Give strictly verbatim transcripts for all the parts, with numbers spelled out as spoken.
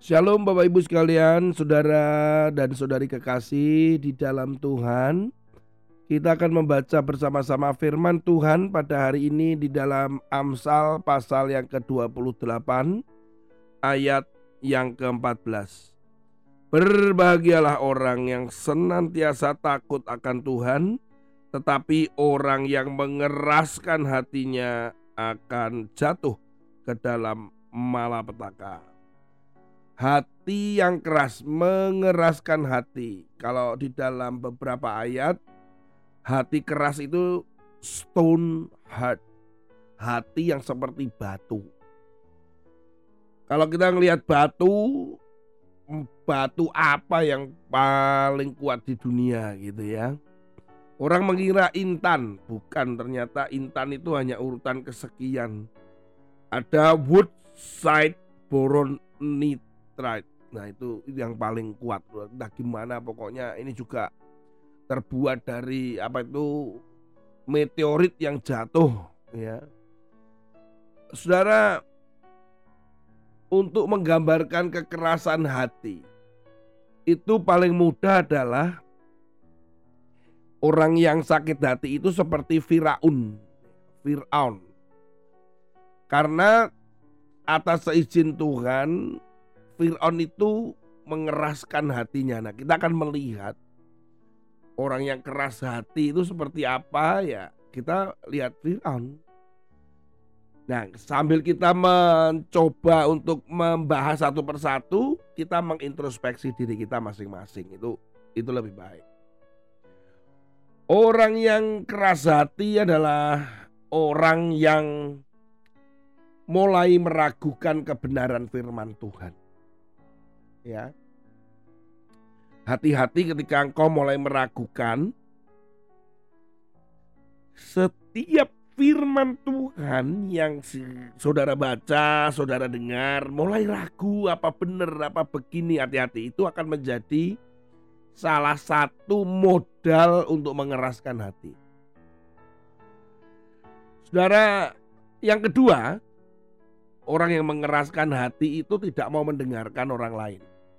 Shalom Bapak Ibu sekalian, saudara dan saudari kekasih di dalam Tuhan. Kita akan membaca bersama-sama firman Tuhan pada hari ini di dalam Amsal pasal yang ke dua puluh delapan ayat yang ke empat belas. Berbahagialah orang yang senantiasa takut akan Tuhan, tetapi orang yang mengeraskan hatinya akan jatuh ke dalam malapetaka. Hati yang keras, mengeraskan hati. Kalau di dalam beberapa ayat, hati keras itu stone heart, hati yang seperti batu. Kalau kita ngelihat batu, batu apa yang paling kuat di dunia gitu ya. Orang mengira intan, bukan, ternyata intan itu hanya urutan kesekian. Ada woodside boronite. Nah itu yang paling kuat. Nah gimana pokoknya ini juga terbuat dari apa itu meteorit yang jatuh ya. Saudara, untuk menggambarkan kekerasan hati itu paling mudah adalah orang yang sakit hati itu seperti Firaun. Firaun. Karena atas seizin Tuhan, Firaun itu mengeraskan hatinya. Nah, kita akan melihat orang yang keras hati itu seperti apa ya. Kita lihat Firaun. Nah, sambil kita mencoba untuk membahas satu persatu, kita mengintrospeksi diri kita masing-masing. Itu itu lebih baik. Orang yang keras hati adalah orang yang mulai meragukan kebenaran firman Tuhan. Ya, hati-hati ketika engkau mulai meragukan setiap firman Tuhan yang saudara baca, saudara dengar, mulai ragu apa benar, apa begini, hati-hati, itu akan menjadi salah satu modal untuk mengeraskan hati. Saudara, yang kedua, orang yang mengeraskan hati itu tidak mau mendengarkan orang lain.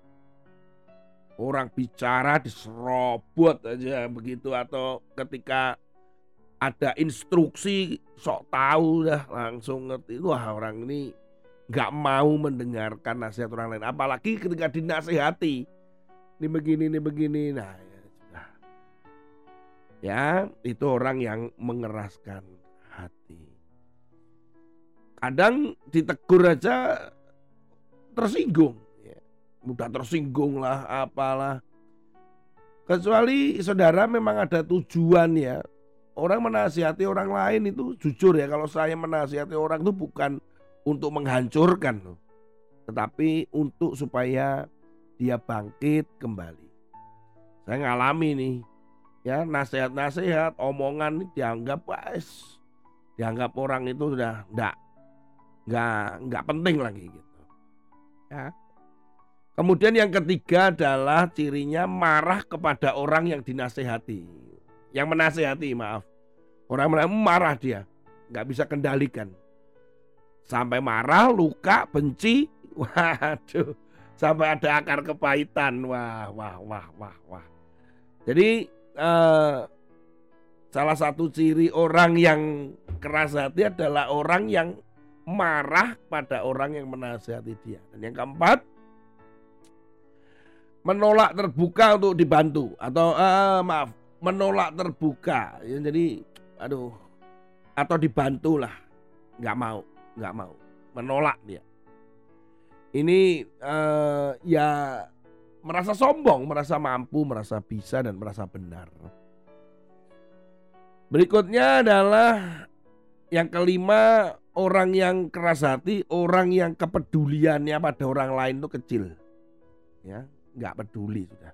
Orang bicara diserobot aja begitu, atau ketika ada instruksi sok tahu dah langsung ngerti. Wah, orang ini gak mau mendengarkan nasihat orang lain. Apalagi ketika dinasihati, ini begini, ini begini. Nah ya sudah. Ya, itu orang yang mengeraskan hati. Kadang ditegur aja tersinggung. Mudah tersinggung lah, apalah. Kecuali saudara memang ada tujuan ya. Orang menasihati orang lain itu jujur ya, kalau saya menasihati orang itu bukan untuk menghancurkan loh, tetapi untuk supaya dia bangkit kembali. Saya ngalami nih ya, nasihat-nasihat, omongan dianggap wes, dianggap orang itu sudah enggak enggak enggak penting lagi gitu. Ya. Kemudian yang ketiga adalah cirinya marah kepada orang yang dinasehati. Yang menasehati, maaf. Orang marah dia, nggak bisa kendalikan. Sampai marah, luka, benci, waduh, sampai ada akar kepahitan. Wah, wah, wah, wah, wah. Jadi eh, salah satu ciri orang yang keras hati adalah orang yang marah pada orang yang menasehati dia. Dan yang keempat, menolak terbuka untuk dibantu, atau uh, maaf menolak terbuka ya, jadi aduh, atau dibantulah, nggak mau nggak mau menolak dia. Ini uh, ya merasa sombong, merasa mampu, merasa bisa, dan merasa benar. Berikutnya adalah yang kelima, orang yang keras hati, orang yang kepeduliannya pada orang lain itu kecil ya, nggak peduli sudah.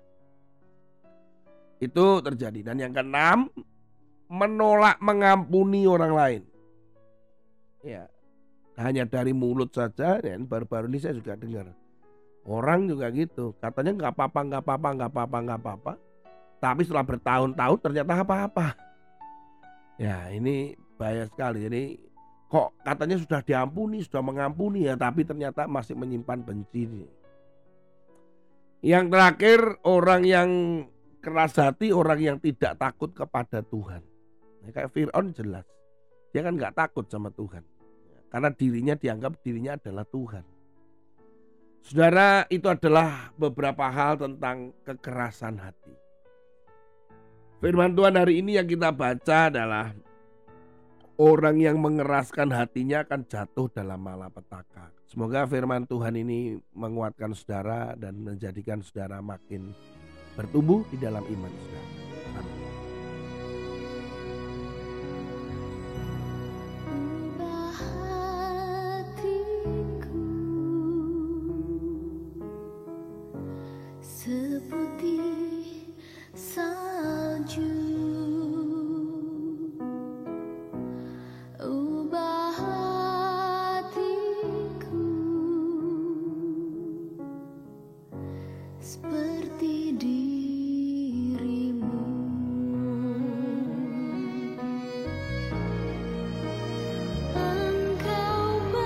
Itu terjadi. Dan yang keenam, menolak mengampuni orang lain. Ya, hanya dari mulut saja. Dan baru-baru ini saya juga dengar orang juga gitu, katanya nggak apa-apa, nggak apa-apa, nggak apa-apa, nggak apa-apa. Tapi setelah bertahun-tahun ternyata apa-apa. Ya, ini bahaya sekali. Jadi kok katanya sudah diampuni, sudah mengampuni ya, tapi ternyata masih menyimpan benci. Yang terakhir, orang yang keras hati, orang yang tidak takut kepada Tuhan. Ya, kayak Fir'aun jelas, dia kan nggak takut sama Tuhan, karena dirinya dianggap dirinya adalah Tuhan. Saudara, itu adalah beberapa hal tentang kekerasan hati. Firman Tuhan hari ini yang kita baca adalah orang yang mengeraskan hatinya akan jatuh dalam malapetaka. Semoga firman Tuhan ini menguatkan saudara dan menjadikan saudara makin bertumbuh di dalam iman saudara. Amin. Ubah hatiku seputih salju. Ubah hatiku seperti dirimu. Engkau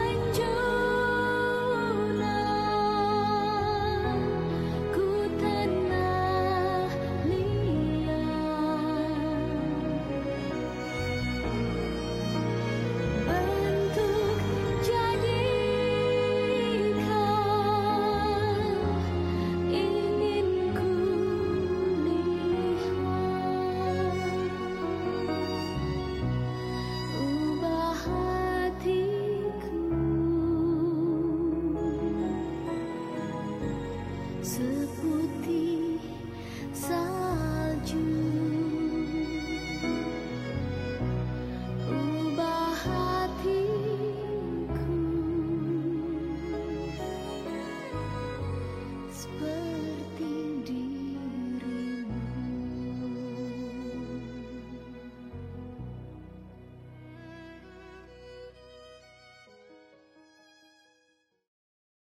penjunan ku tanah liat, bentuk jadikan ingin ku lihat. Ubah hatiku seputih